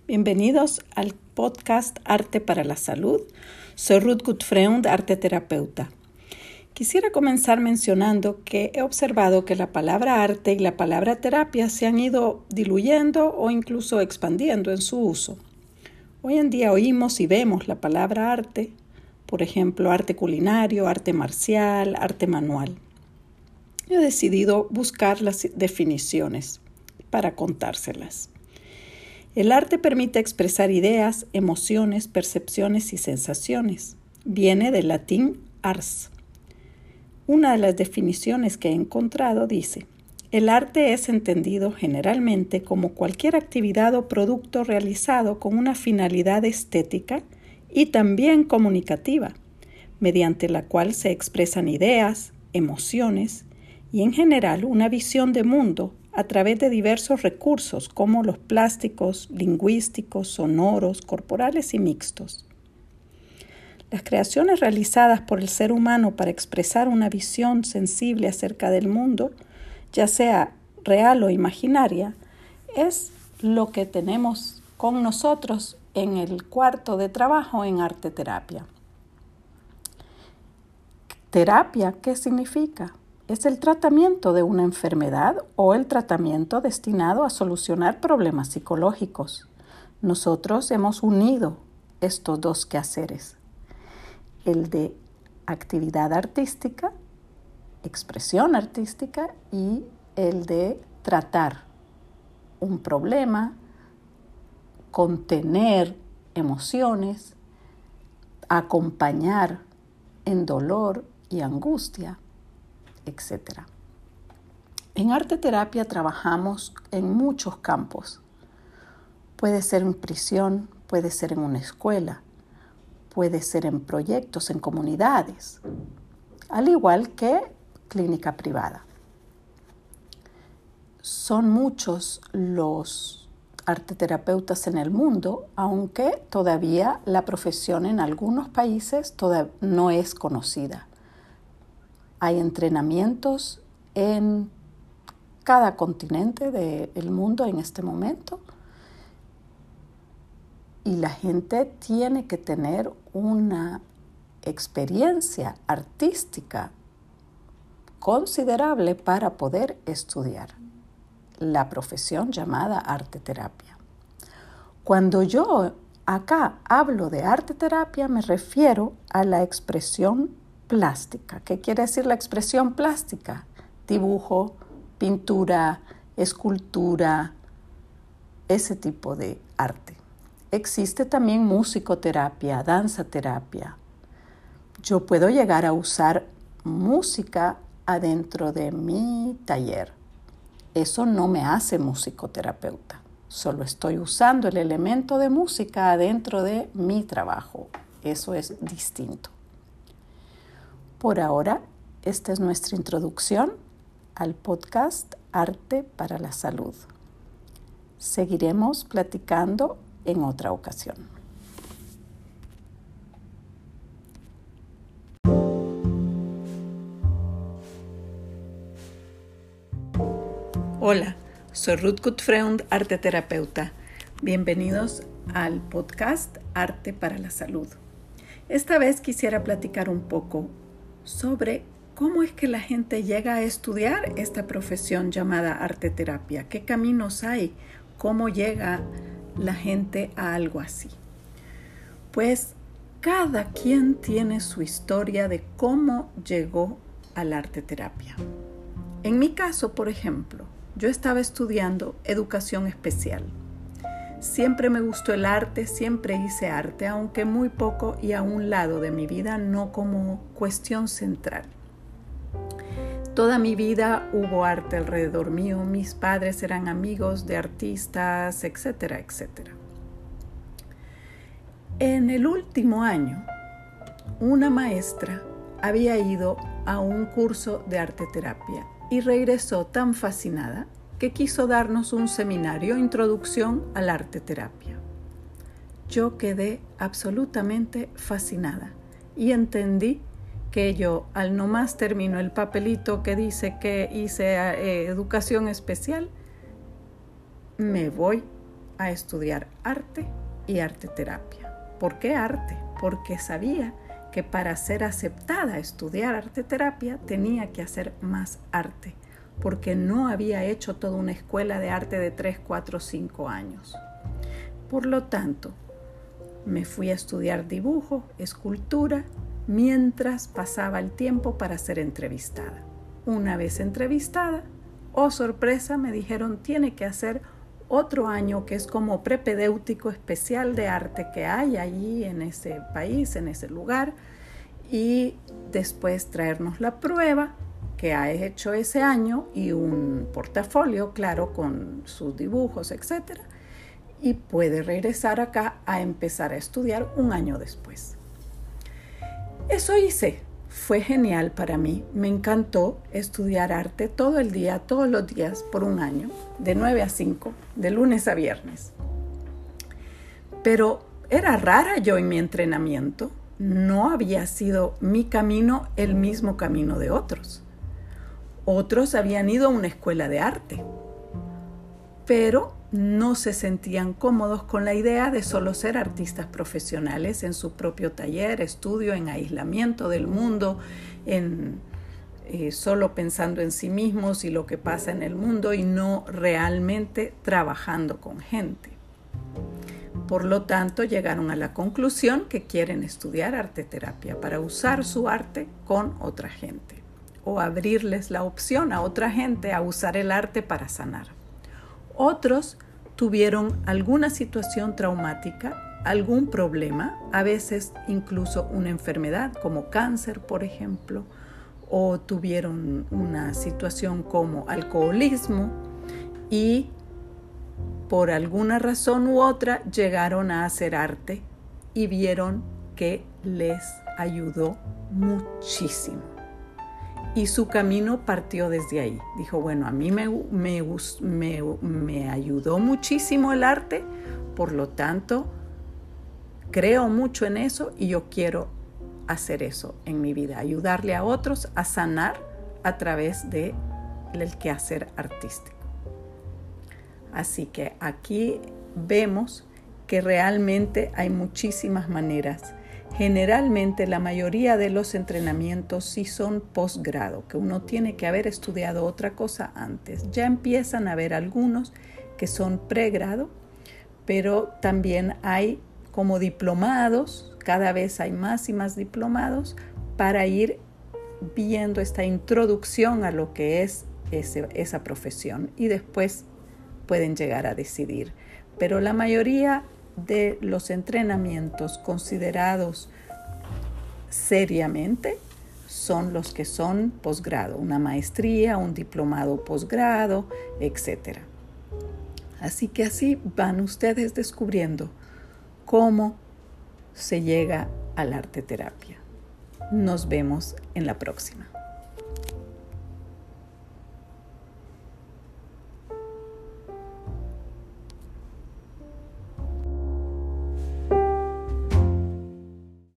Bienvenidos al podcast Arte para la Salud. Soy Ruth Gutfreund, arteterapeuta. Quisiera comenzar mencionando que he observado que la palabra arte y la palabra terapia se han ido diluyendo o incluso expandiendo en su uso. Hoy en día oímos y vemos la palabra arte, por ejemplo, arte culinario, arte marcial, arte manual. He decidido buscar las definiciones para contárselas. El arte permite expresar ideas, emociones, percepciones y sensaciones. Viene del latín ars. Una de las definiciones que he encontrado dice: el arte es entendido generalmente como cualquier actividad o producto realizado con una finalidad estética y también comunicativa, mediante la cual se expresan ideas, emociones y en general una visión de mundo a través de diversos recursos como los plásticos, lingüísticos, sonoros, corporales y mixtos. Las creaciones realizadas por el ser humano para expresar una visión sensible acerca del mundo, ya sea real o imaginaria, es lo que tenemos con nosotros en el cuarto de trabajo en arte terapia. ¿Terapia qué significa? Es el tratamiento de una enfermedad o el tratamiento destinado a solucionar problemas psicológicos. Nosotros hemos unido estos dos quehaceres, el de actividad artística, expresión artística y el de tratar un problema, contener emociones, acompañar en dolor y angustia, etc. En arte terapia trabajamos en muchos campos. Puede ser en prisión, puede ser en una escuela, puede ser en proyectos, en comunidades, al igual que clínica privada. Son muchos los arteterapeutas en el mundo, aunque todavía la profesión en algunos países todavía no es conocida. Hay entrenamientos en cada continente del mundo en este momento y la gente tiene que tener una experiencia artística considerable para poder estudiar la profesión llamada arte terapia. Cuando yo acá hablo de arte terapia me refiero a la expresión plástica. ¿Qué quiere decir la expresión plástica? Dibujo, pintura, escultura, ese tipo de arte. Existe también musicoterapia, danzaterapia. Yo puedo llegar a usar música adentro de mi taller. Eso no me hace musicoterapeuta. Solo estoy usando el elemento de música adentro de mi trabajo. Eso es distinto. Por ahora, esta es nuestra introducción al podcast Arte para la Salud. Seguiremos platicando en otra ocasión. Hola, soy Ruth Gutfreund, arteterapeuta. Bienvenidos al podcast Arte para la Salud. Esta vez quisiera platicar un poco sobre cómo es que la gente llega a estudiar esta profesión llamada arte terapia. ¿Qué caminos hay? ¿Cómo llega la gente a algo así? Pues cada quien tiene su historia de cómo llegó al arte terapia. En mi caso, por ejemplo, yo estaba estudiando educación especial. Siempre me gustó el arte, siempre hice arte, aunque muy poco y a un lado de mi vida, no como cuestión central. Toda mi vida hubo arte alrededor mío, mis padres eran amigos de artistas, etcétera, etcétera. En el último año, una maestra había ido a un curso de arte terapia y regresó tan fascinada que quiso darnos un seminario, Introducción al Arte Terapia. Yo quedé absolutamente fascinada y entendí que yo, al nomás termino el papelito que dice que hice educación especial, me voy a estudiar arte y arteterapia. ¿Por qué arte? Porque sabía que para ser aceptada a estudiar arteterapia tenía que hacer más arte, porque no había hecho toda una escuela de arte de 3, 4, 5 años. Por lo tanto, me fui a estudiar dibujo, escultura, mientras pasaba el tiempo para ser entrevistada. Una vez entrevistada, oh sorpresa, me dijeron, tiene que hacer otro año que es como prepedéutico especial de arte que hay allí en ese país, en ese lugar, y después traernos la prueba que ha hecho ese año y un portafolio, claro, con sus dibujos, etc. Y puede regresar acá a empezar a estudiar un año después. Eso hice. Fue genial para mí. Me encantó estudiar arte todo el día, todos los días, por un año, de 9 a 5, de lunes a viernes. Pero era rara yo en mi entrenamiento. No había sido mi camino el mismo camino de otros. Otros habían ido a una escuela de arte, pero no se sentían cómodos con la idea de solo ser artistas profesionales en su propio taller, estudio, en aislamiento del mundo, solo pensando en sí mismos y lo que pasa en el mundo y no realmente trabajando con gente. Por lo tanto, llegaron a la conclusión que quieren estudiar arteterapia para usar su arte con otra gente o abrirles la opción a otra gente a usar el arte para sanar. Otros tuvieron alguna situación traumática, algún problema, a veces incluso una enfermedad como cáncer, por ejemplo, o tuvieron una situación como alcoholismo y por alguna razón u otra llegaron a hacer arte y vieron que les ayudó muchísimo. Y su camino partió desde ahí. Dijo, bueno, a mí me ayudó muchísimo el arte, por lo tanto, creo mucho en eso y yo quiero hacer eso en mi vida, ayudarle a otros a sanar a través del quehacer artístico. Así que aquí vemos que realmente hay muchísimas maneras. Generalmente la mayoría de los entrenamientos sí son posgrado, que uno tiene que haber estudiado otra cosa antes. Ya empiezan a haber algunos que son pregrado, pero también hay como diplomados, cada vez hay más y más diplomados para ir viendo esta introducción a lo que es esa profesión y después pueden llegar a decidir. Pero la mayoría de los entrenamientos considerados seriamente son los que son posgrado, una maestría, un diplomado posgrado, etc. Así que así van ustedes descubriendo cómo se llega a la arteterapia. Nos vemos en la próxima.